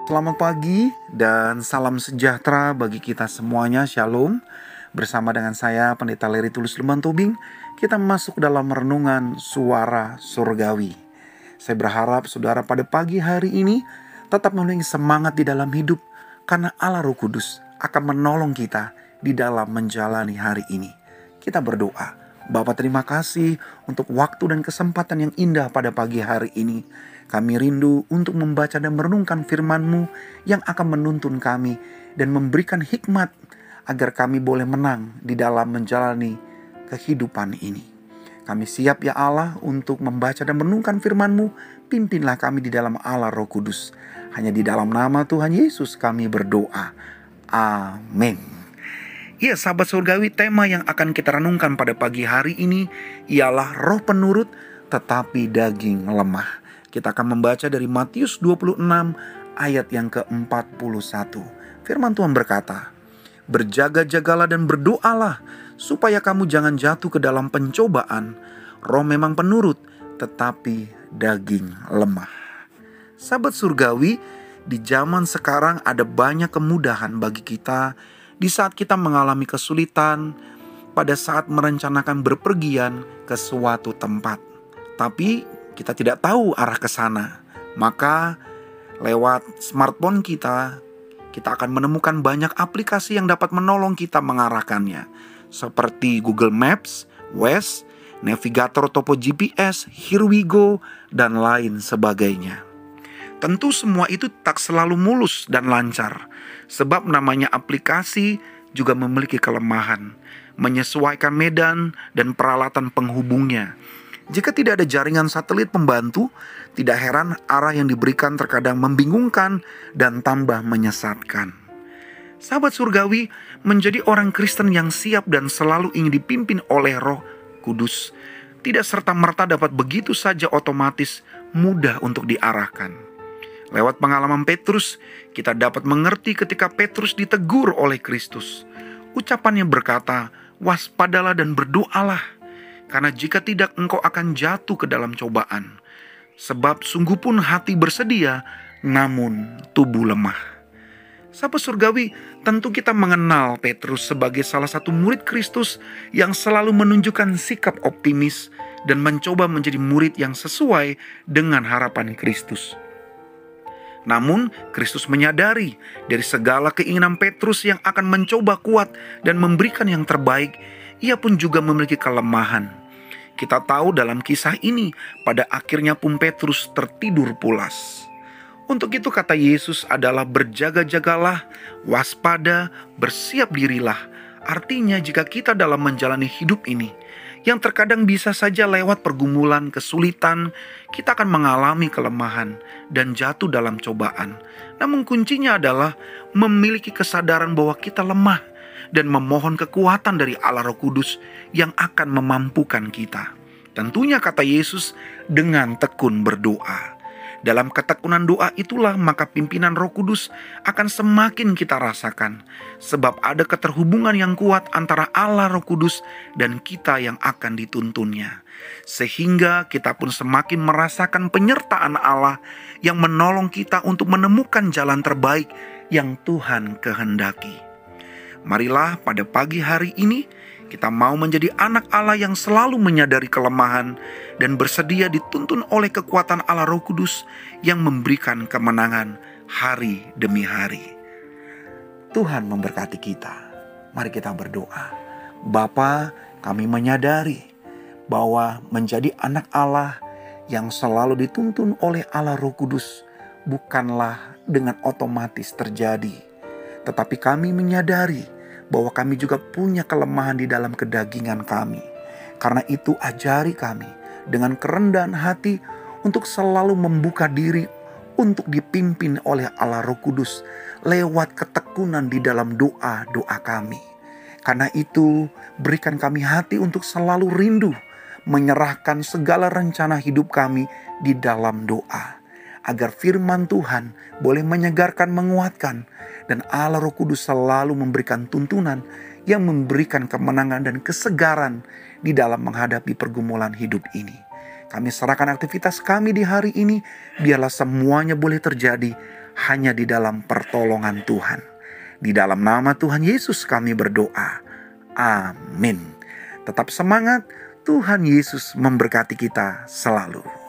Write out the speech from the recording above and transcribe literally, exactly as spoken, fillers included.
Selamat pagi dan salam sejahtera bagi kita semuanya. Shalom. Bersama dengan saya Pendeta Leri Tulus Luman Tobing, kita masuk dalam renungan suara surgawi. Saya berharap saudara pada pagi hari ini tetap memiliki semangat di dalam hidup, karena Allah Roh Kudus akan menolong kita di dalam menjalani hari ini. Kita berdoa. Bapa, terima kasih untuk waktu dan kesempatan yang indah pada pagi hari ini. Kami rindu untuk membaca dan merenungkan firman-Mu yang akan menuntun kami dan memberikan hikmat agar kami boleh menang di dalam menjalani kehidupan ini. Kami siap ya Allah untuk membaca dan merenungkan firman-Mu. Pimpinlah kami di dalam Allah Roh Kudus. Hanya di dalam nama Tuhan Yesus kami berdoa. Amin. Ya, sahabat surgawi, tema yang akan kita renungkan pada pagi hari ini ialah roh penurut tetapi daging lemah. Kita akan membaca dari Matius dua puluh enam ayat yang ke empat puluh satu. Firman Tuhan berkata, "Berjaga-jagalah dan berdoalah supaya kamu jangan jatuh ke dalam pencobaan. Roh memang penurut tetapi daging lemah." Sahabat surgawi, di zaman sekarang ada banyak kemudahan bagi kita di saat kita mengalami kesulitan, pada saat merencanakan berpergian ke suatu tempat. Tapi kita tidak tahu arah ke sana. Maka lewat smartphone kita, kita akan menemukan banyak aplikasi yang dapat menolong kita mengarahkannya. Seperti Google Maps, Waze, Navigator Topo G P S, Here We Go, dan lain sebagainya. Tentu semua itu tak selalu mulus dan lancar, sebab namanya aplikasi juga memiliki kelemahan, menyesuaikan medan dan peralatan penghubungnya. Jika tidak ada jaringan satelit pembantu, tidak heran arah yang diberikan terkadang membingungkan dan tambah menyesatkan. Sahabat surgawi, menjadi orang Kristen yang siap dan selalu ingin dipimpin oleh Roh Kudus tidak serta-merta dapat begitu saja otomatis mudah untuk diarahkan. Lewat pengalaman Petrus, kita dapat mengerti ketika Petrus ditegur oleh Kristus. Ucapannya berkata, "Waspadalah dan berdoalah, karena jika tidak engkau akan jatuh ke dalam cobaan. Sebab sungguh pun hati bersedia, namun tubuh lemah." Sahabat surgawi, tentu kita mengenal Petrus sebagai salah satu murid Kristus yang selalu menunjukkan sikap optimis dan mencoba menjadi murid yang sesuai dengan harapan Kristus. Namun, Kristus menyadari dari segala keinginan Petrus yang akan mencoba kuat dan memberikan yang terbaik, ia pun juga memiliki kelemahan. Kita tahu dalam kisah ini, pada akhirnya pun Petrus tertidur pulas. Untuk itu kata Yesus adalah berjaga-jagalah, waspada, bersiap dirilah. Artinya jika kita dalam menjalani hidup ini, yang terkadang bisa saja lewat pergumulan, kesulitan, kita akan mengalami kelemahan dan jatuh dalam cobaan. Namun kuncinya adalah memiliki kesadaran bahwa kita lemah dan memohon kekuatan dari Allah Roh Kudus yang akan memampukan kita. Tentunya kata Yesus, dengan tekun berdoa. Dalam ketekunan doa itulah maka pimpinan Roh Kudus akan semakin kita rasakan. Sebab ada keterhubungan yang kuat antara Allah Roh Kudus dan kita yang akan dituntunnya. Sehingga kita pun semakin merasakan penyertaan Allah yang menolong kita untuk menemukan jalan terbaik yang Tuhan kehendaki. Marilah pada pagi hari ini kita mau menjadi anak Allah yang selalu menyadari kelemahan dan bersedia dituntun oleh kekuatan Allah Roh Kudus yang memberikan kemenangan hari demi hari. Tuhan memberkati kita. Mari kita berdoa. Bapa, kami menyadari bahwa menjadi anak Allah yang selalu dituntun oleh Allah Roh Kudus bukanlah dengan otomatis terjadi. Tetapi kami menyadari bahwa kami juga punya kelemahan di dalam kedagingan kami. Karena itu ajari kami dengan kerendahan hati untuk selalu membuka diri untuk dipimpin oleh Allah Roh Kudus lewat ketekunan di dalam doa-doa kami. Karena itu berikan kami hati untuk selalu rindu menyerahkan segala rencana hidup kami di dalam doa. Agar firman Tuhan boleh menyegarkan, menguatkan, dan Allah Roh Kudus selalu memberikan tuntunan yang memberikan kemenangan dan kesegaran di dalam menghadapi pergumulan hidup ini. Kami serahkan aktivitas kami di hari ini, biarlah semuanya boleh terjadi hanya di dalam pertolongan Tuhan. Di dalam nama Tuhan Yesus kami berdoa. Amin. Tetap semangat, Tuhan Yesus memberkati kita selalu.